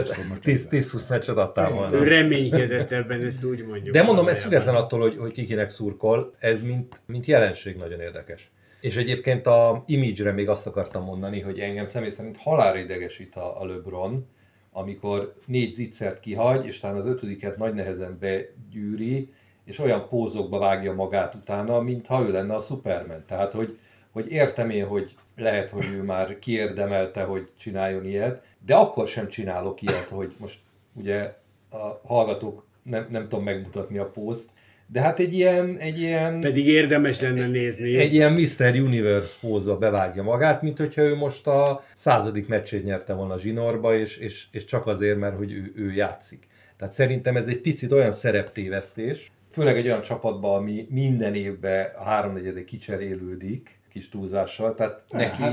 10-20 meccset adtál volna. Ő reménykedett ebben, ezt úgy mondjuk. De mondom, ez független attól, hogy kikinek szurkol, ez mint jelenség nagyon érdekes. És egyébként a image-re még azt akartam mondani, hogy engem személy szerint halálra idegesít a LeBron, amikor 4 zicsert kihagy, és talán az 5-et nagy nehezen begyűri, és olyan pózokba vágja magát utána, mintha ő lenne a Superman. Tehát, hogy értem én, hogy lehet, hogy ő már kiérdemelte, hogy csináljon ilyet, de akkor sem csinálok ilyet, hogy most ugye a hallgatók nem tudom megmutatni a pózt, de hát egy ilyen... Pedig érdemes lenne nézni. Egy ilyen Mr. Universe pózba bevágja magát, mint hogyha ő most a 100. meccsét nyerte volna zsinórba, és csak azért, mert hogy ő játszik. Tehát szerintem ez egy picit olyan szereptévesztés, főleg egy olyan csapatban, ami minden évben a 3/4 kicserélődik, kis túlzással, tehát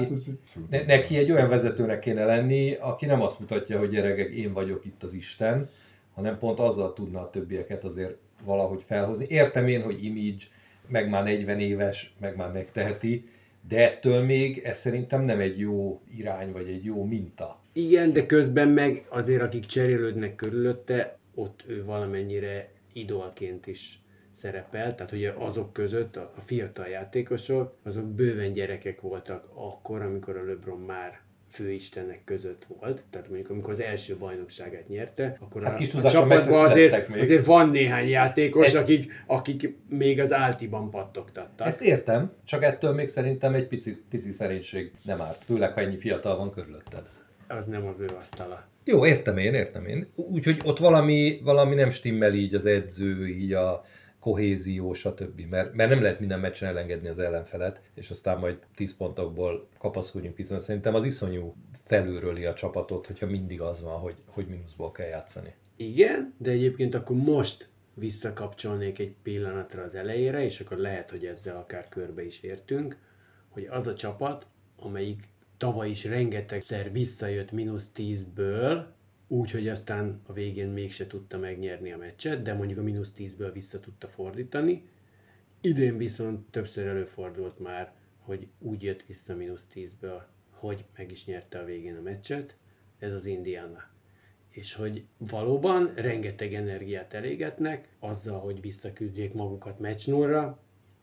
neki egy olyan vezetőnek kéne lenni, aki nem azt mutatja, hogy gyerekek, én vagyok itt az Isten, hanem pont azzal tudna a többieket azért valahogy felhozni. Értem én, hogy image, meg már 40 éves, meg már megteheti, de ettől még ez szerintem nem egy jó irány, vagy egy jó minta. Igen, de közben meg azért, akik cserélődnek körülötte, ott ő valamennyire idolként is szerepel, tehát hogy azok között a fiatal játékosok, azok bőven gyerekek voltak akkor, amikor a LeBron már főistenek között volt, tehát mondjuk amikor az első bajnokságát nyerte, akkor hát a csapatban azért van néhány játékos, akik még az áltiban pattogtattak. Ezt értem, csak ettől még szerintem egy pici szerénység nem árt, főleg ha ennyi fiatal van körülötted. Az nem az ő asztala. Jó, értem én. Úgyhogy ott valami nem stimmel így az edző, így a kohézió, stb. Mert nem lehet minden meccsen elengedni az ellenfelet, és aztán majd 10 pontokból kapaszkodjunk vissza. Szerintem az iszonyú felülröli a csapatot, hogyha mindig az van, hogy mínuszból kell játszani. Igen, de egyébként akkor most visszakapcsolnék egy pillanatra az elejére, és akkor lehet, hogy ezzel akár körbe is értünk, hogy az a csapat, amelyik tavaly is rengetegszer visszajött -10-ből, úgy, hogy aztán a végén mégse tudta megnyerni a meccset, de mondjuk a -10-ből vissza tudta fordítani. Idén viszont többször előfordult már, hogy úgy jött vissza -10-ből, hogy meg is nyerte a végén a meccset. Ez az Indiana. És hogy valóban rengeteg energiát elégetnek azzal, hogy visszaküldjék magukat meccs 0-ra,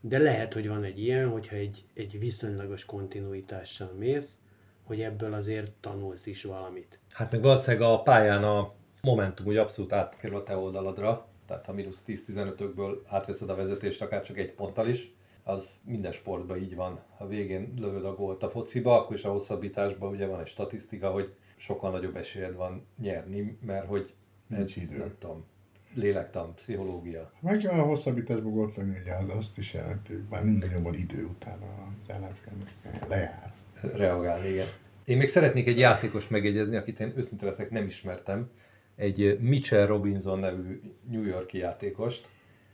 de lehet, hogy van egy ilyen, hogyha egy viszonylagos kontinuitással mész, hogy ebből azért tanulsz is valamit. Hát meg valószínűleg a pályán a momentum úgy abszolút átkerül a te oldaladra, tehát ha mínusz 10-15-ökből átveszed a vezetést, akár csak egy ponttal is, az minden sportban így van. Ha végén lövöd a gólt a fociba, akkor is a hosszabbításban ugye van egy statisztika, hogy sokkal nagyobb esélyed van nyerni, mert hogy ez, nem tudom, lélektan, pszichológia. Meg a hosszabbításban gólt lenni, ugye azt is jelenti, hogy már mindannyian van idő után az ellenfélnek lejár. Reagálni, igen. Én még szeretnék egy játékost megjegyezni, akit én őszintén leszek nem ismertem, egy Mitchell Robinson nevű New York-i játékost,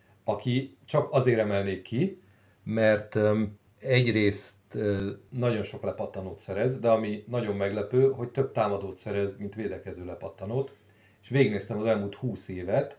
aki csak azért emelnék ki, mert egyrészt nagyon sok lepattanót szerez, de ami nagyon meglepő, hogy több támadót szerez, mint védekező lepattanót, és végignéztem az elmúlt 20 évet,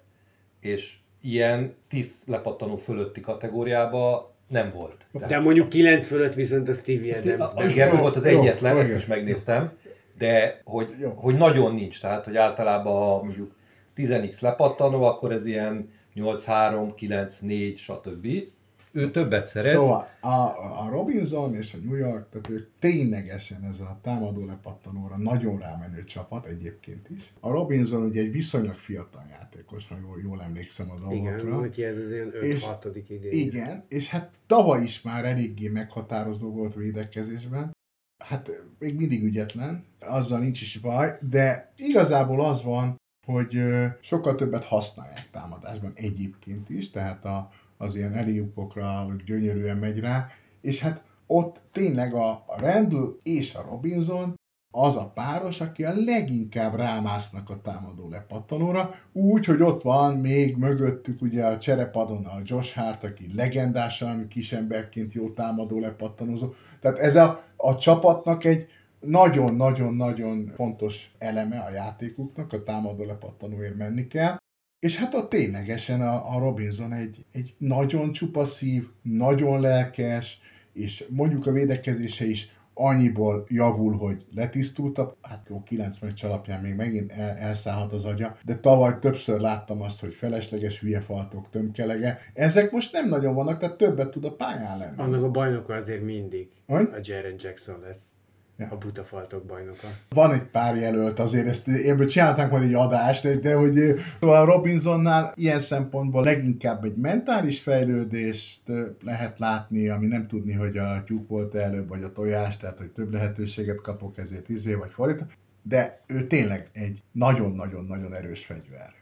és ilyen 10 lepattanó fölötti kategóriába nem volt. De mondjuk 9 fölött viszont a Stevie Adams. Igen, volt az egyetlen, ezt is megnéztem, de hogy nagyon nincs, tehát hogy általában ha mondjuk 10x lepattanó, akkor ez ilyen 8-3, 9-4, stb. Ő többet szerez. Szóval a Robinson és a New York, tehát ők ténylegesen ez a támadó lepattanóra nagyon rámenő csapat egyébként is. A Robinson ugye egy viszonylag fiatal játékos, ha jól emlékszem a dolgokra. Igen, neki ez az ilyen 5-6. idén. Igen, és hát tavaly is már eléggé meghatározó volt védekezésben. Hát még mindig ügyetlen, azzal nincs is baj, de igazából az van, hogy sokkal többet használják támadásban egyébként is, tehát az ilyen alley-oopokra gyönyörűen megy rá, és hát ott tényleg a Randle és a Robinson az a páros, aki a leginkább rámásznak a támadó lepattanóra, úgy, hogy ott van még mögöttük ugye a cserepadon a Josh Hart, aki legendásan kisemberként jó támadó lepattanózó. Tehát ez a csapatnak egy nagyon-nagyon-nagyon fontos eleme a játékuknak, a támadó lepattanóért menni kell. És hát ott ténylegesen a Robinson egy nagyon csupa szív, nagyon lelkes, és mondjuk a védekezése is annyiból javul, hogy letisztultabb. Hát jó, 9 meccs alapján még megint elszállhat az agya, de tavaly többször láttam azt, hogy felesleges hülyefaltok, tömkelege. Ezek most nem nagyon vannak, tehát többet tud a pályán lenni. Annak a bajnoka azért mindig Hogy? a Jaren Jackson lesz. Ja. A butafaltok bajnoka. Van egy pár jelölt azért, ebből csinálták majd egy adást, de hogy a Robinsonnál ilyen szempontból leginkább egy mentális fejlődést lehet látni, ami nem tudni, hogy a tyúk volt előbb, vagy a tojás, tehát hogy több lehetőséget kapok, ezért vagy fordítva, de ő tényleg egy nagyon-nagyon-nagyon erős fegyver.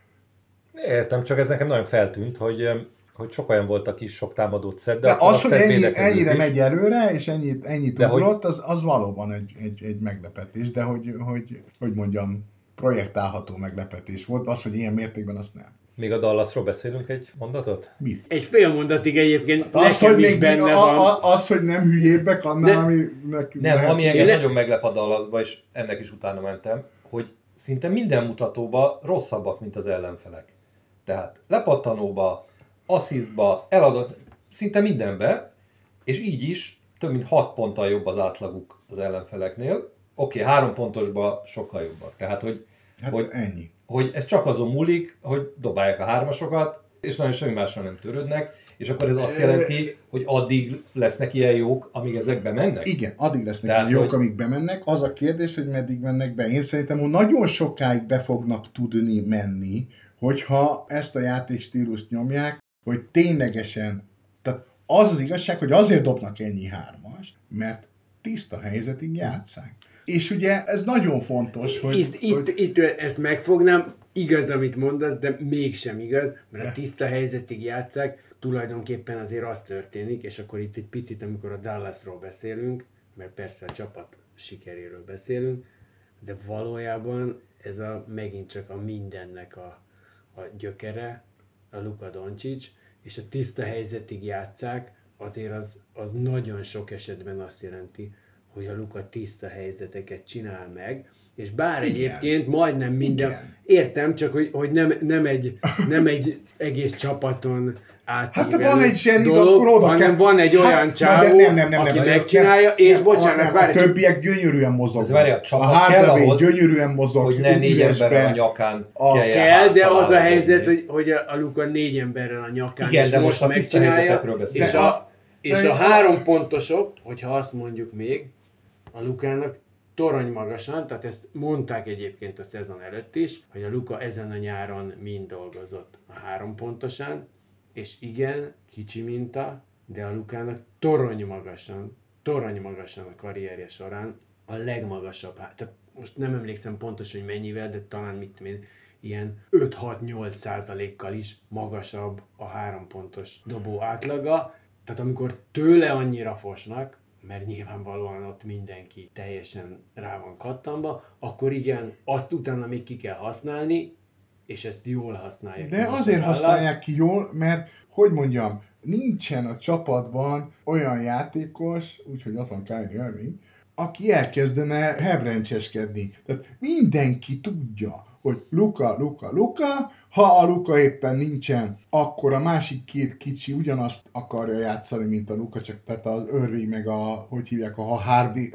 Értem, csak ez nekem nagyon feltűnt, hogy sok olyan volt, aki sok támadót szed, de az, hogy ennyire megy előre, és ennyit de ugrott, az valóban egy meglepetés, de hogy mondjam, projektálható meglepetés volt, az, hogy ilyen mértékben, azt nem. Még a Dallasról beszélünk egy mondatot? Mit? Egy fél mondatig egyébként Az, nekem hogy is benne van. Az, hogy nem hülyébbek annál, ami nekünk Nem, lehet. ami engem nagyon meglep a Dallasba, és ennek is utána mentem, hogy szinte minden mutatóban rosszabbak, mint az ellenfelek. Tehát lepattanóba, asszisztba, eladott, szinte mindenbe, és így is több mint 6 ponttal jobb az átlaguk az ellenfeleknél. Oké, 3 pontosban sokkal jobbak. Tehát, hogy ennyi. Hogy ez csak azon múlik, hogy dobálják a 3-asokat, és nagyon semmi mással nem törődnek, és akkor ez azt jelenti, hogy addig lesznek ilyen jók, amíg ezek bemennek? Igen, addig lesznek Tehát, ilyen jók, amíg bemennek. Az a kérdés, hogy meddig mennek be. Én szerintem, hogy nagyon sokáig be fognak tudni menni, hogyha ezt a játékstílust nyomják, hogy ténylegesen, tehát az az igazság, hogy azért dobnak ennyi 3-ast, mert tiszta helyzetig játsszák. És ugye ez nagyon fontos, hogy... Itt ezt megfognám, igaz, amit mondasz, de mégsem igaz, mert a tiszta helyzetig játsszák, tulajdonképpen azért az történik, és akkor itt egy picit, amikor a Dallasról beszélünk, mert persze a csapat sikeréről beszélünk, de valójában ez megint csak a mindennek a gyökere, a Luka Doncic, és a tiszta helyzetig játsszák, azért az nagyon sok esetben azt jelenti, hogy a Luka tiszta helyzeteket csinál meg, és bár igen. Egyébként majdnem minden, igen. Értem, csak hogy nem egy egész csapaton átívelő hát van egy zseni, dolog, hanem van egy olyan csávó, aki megcsinálja, és bocsánat, várj. A többiek gyönyörűen mozognak. A Hardaway gyönyörűen mozog, hogy ne 4 emberrel a nyakán kell, de az a helyzet, hogy a Luka 4 emberrel a nyakán, igen, és de most a tiszta helyzetekről beszélünk. És a 3 pontosok, hogyha azt mondjuk még, a Lukának torony magasan, tehát ezt mondták egyébként a szezon előtt is, hogy a Luka ezen a nyáron mind dolgozott a 3 pontosan, és igen, kicsi minta, de a Lukának torony magasan a karrierje során a legmagasabb, tehát most nem emlékszem pontosan, hogy mennyivel, de talán ilyen 5-6-8%-kal is magasabb a 3 pontos dobó átlaga. Tehát amikor tőle annyira fosnak, mert nyilvánvalóan ott mindenki teljesen rá van kattanva, akkor igen, azt utána még ki kell használni, és ezt jól használják. De azért használják ki jól, mert, hogy mondjam, nincsen a csapatban olyan játékos, úgyhogy ott van Kyrie Irving, aki elkezdene hebrencseskedni. Tehát mindenki tudja, hogy Luka, ha a Luka éppen nincsen, akkor a másik két kicsi ugyanazt akarja játszani, mint a Luka, csak tehát az Irving meg hogy hívják, a Hardy,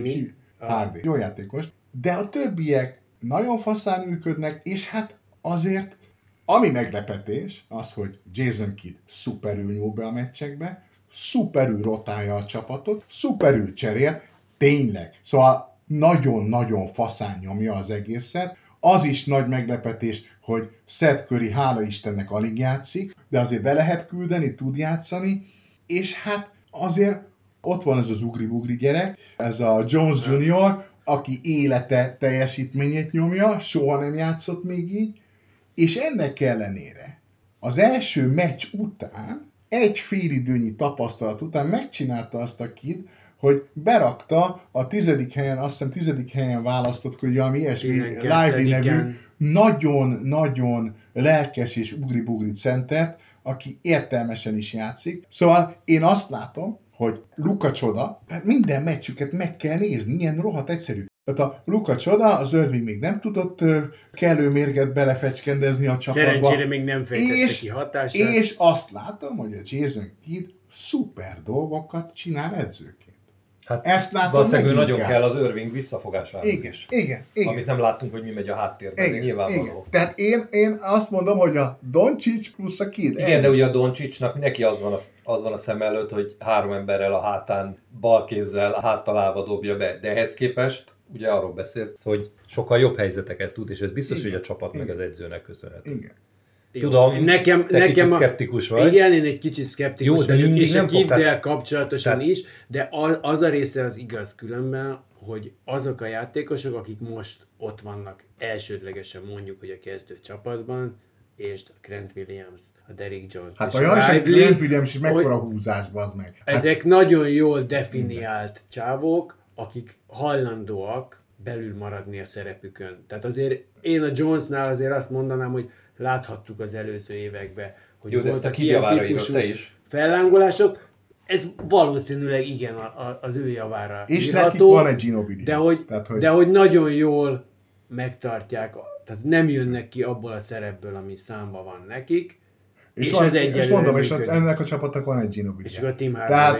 Hardy, jó játékos. De a többiek nagyon faszán működnek, és hát azért, ami meglepetés, az, hogy Jason Kidd szuperül nyúl be a meccsekbe, szuperül rotálja a csapatot, szuperül cserél, tényleg. Szóval nagyon-nagyon faszán nyomja az egészet. Az is nagy meglepetés, hogy Seth Curry, hála Istennek, alig játszik, de azért be lehet küldeni, tud játszani, és hát azért ott van ez az ugri-bugri gyerek, ez a Jones Jr., aki élete teljesítményét nyomja, soha nem játszott még így, és ennek ellenére az első meccs után, egy félidőnyi tapasztalat után megcsinálta azt a Kidd, hogy berakta a 10. helyen, azt hiszem 10. helyen választott, hogy valami ilyesmi Lively nevű, nagyon-nagyon lelkes és ugri-bugri centert, aki értelmesen is játszik. Szóval én azt látom, hogy Luka csoda, tehát minden meccsüket meg kell nézni, ilyen rohadt egyszerű. Tehát a Luka csoda, az Irving még nem tudott kellő mérget belefecskendezni a csapatba. Szerencsére még nem fejtette ki hatását. És azt látom, hogy a Jason Kidd szuper dolgokat csinál edzőként. Hát ezt látom valószínűleg nagyon kell az Irving visszafogásához is. Igen. Amit nem láttunk, hogy mi megy a háttérben, nyilvánvaló. Igen. Tehát én azt mondom, hogy a Doncic plusz a Kidd. Igen, de ugye a Doncicnak neki az van a szem előtt, hogy 3 emberrel a hátán, bal kézzel, háttal állva dobja be. De ehhez képest ugye arról beszélt, hogy sokkal jobb helyzeteket tud, és ez biztos, hogy a csapat meg az edzőnek köszönhető. Igen. Tudom, nekem kicsit szkeptikus vagy. Igen, én egy kicsit szkeptikus jó, de vagyok, és nem a Kiddel kapcsolatosan is, de az a része az igaz különben, hogy azok a játékosok, akik most ott vannak elsődlegesen mondjuk, hogy a kezdő csapatban, és a Grant Williams, a Derrick Jones, hát és a Lively, Grant Williams is mekkora húzásba az meg. Hát, ezek nagyon jól definiált csávók, akik hajlandóak belül maradni a szerepükön. Tehát azért én a Jonesnál azért azt mondanám, hogy láthattuk az előző években, hogy jó, de ezt a javára írod te is. Fellángolások, ez valószínűleg igen az ő javára és írható, nekik van egy Ginobili. De hogy nagyon jól megtartják, tehát nem jönnek ki abból a szerepből, ami számba van nekik, és ez egyelőre és ennek a csapatnak van egy Ginobili. És a Tim Hardaway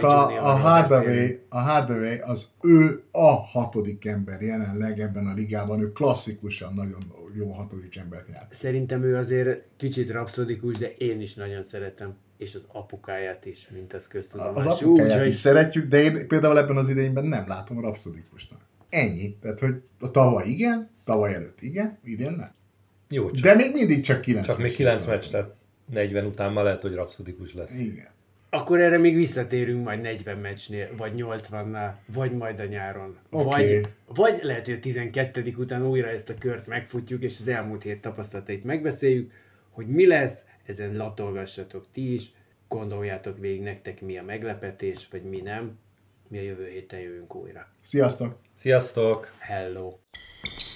tehát a Hardaway az ő a 6. ember jelenleg ebben a ligában, ő klasszikusan nagyon jó 6. embert játszik. Szerintem ő azért kicsit rapszodikus, de én is nagyon szeretem. És az apukáját is, mint az köztudomású. Az apukáját is szeretjük, de én például ebben az idényben nem látom rapszodikusnak. Ennyi. Tehát, hogy a tavaly igen, tavaly előtt igen, idén nem. Jó, de még mindig csak 9 Csak még 9 meccs, tehát 40 után már lehet, hogy rapszodikus lesz. Igen. Akkor erre még visszatérünk majd 40 meccsnél, vagy 80-nál, vagy majd a nyáron. Okay. Vagy lehet, hogy a 12. után újra ezt a kört megfutjuk, és az elmúlt hét tapasztalatait megbeszéljük, hogy mi lesz, ezen latolgassatok ti is, gondoljátok végig nektek mi a meglepetés, vagy mi nem. Mi a jövő héten jövünk újra. Sziasztok! Sziasztok! Hello!